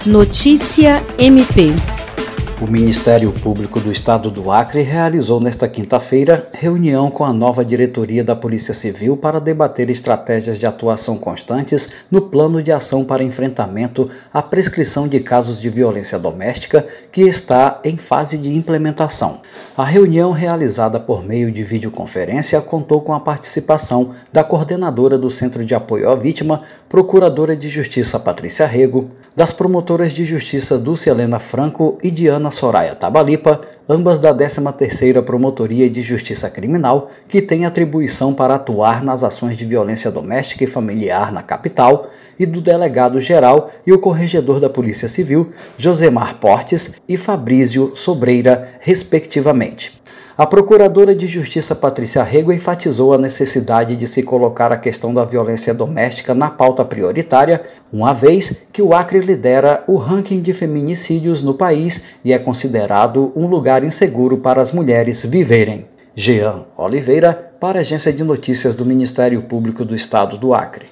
Notícia MP. O Ministério Público do Estado do Acre realizou nesta quinta-feira reunião com a nova diretoria da Polícia Civil para debater estratégias de atuação constantes no plano de ação para enfrentamento à prescrição de casos de violência doméstica que está em fase de implementação. A reunião, realizada por meio de videoconferência, contou com a participação da coordenadora do Centro de Apoio à Vítima, Procuradora de Justiça Patrícia Rego, das promotoras de Justiça Dulce Helena Franco e Diana Soraya Tabalipa, ambas da 13ª Promotoria de Justiça Criminal, que tem atribuição para atuar nas ações de violência doméstica e familiar na capital, e do delegado-geral e o corregedor da Polícia Civil, Josemar Portes e Fabrício Sobreira, respectivamente. A Procuradora de Justiça Patrícia Rego enfatizou a necessidade de se colocar a questão da violência doméstica na pauta prioritária, uma vez que o Acre lidera o ranking de feminicídios no país e é considerado um lugar inseguro para as mulheres viverem. Jean Oliveira, para a Agência de Notícias do Ministério Público do Estado do Acre.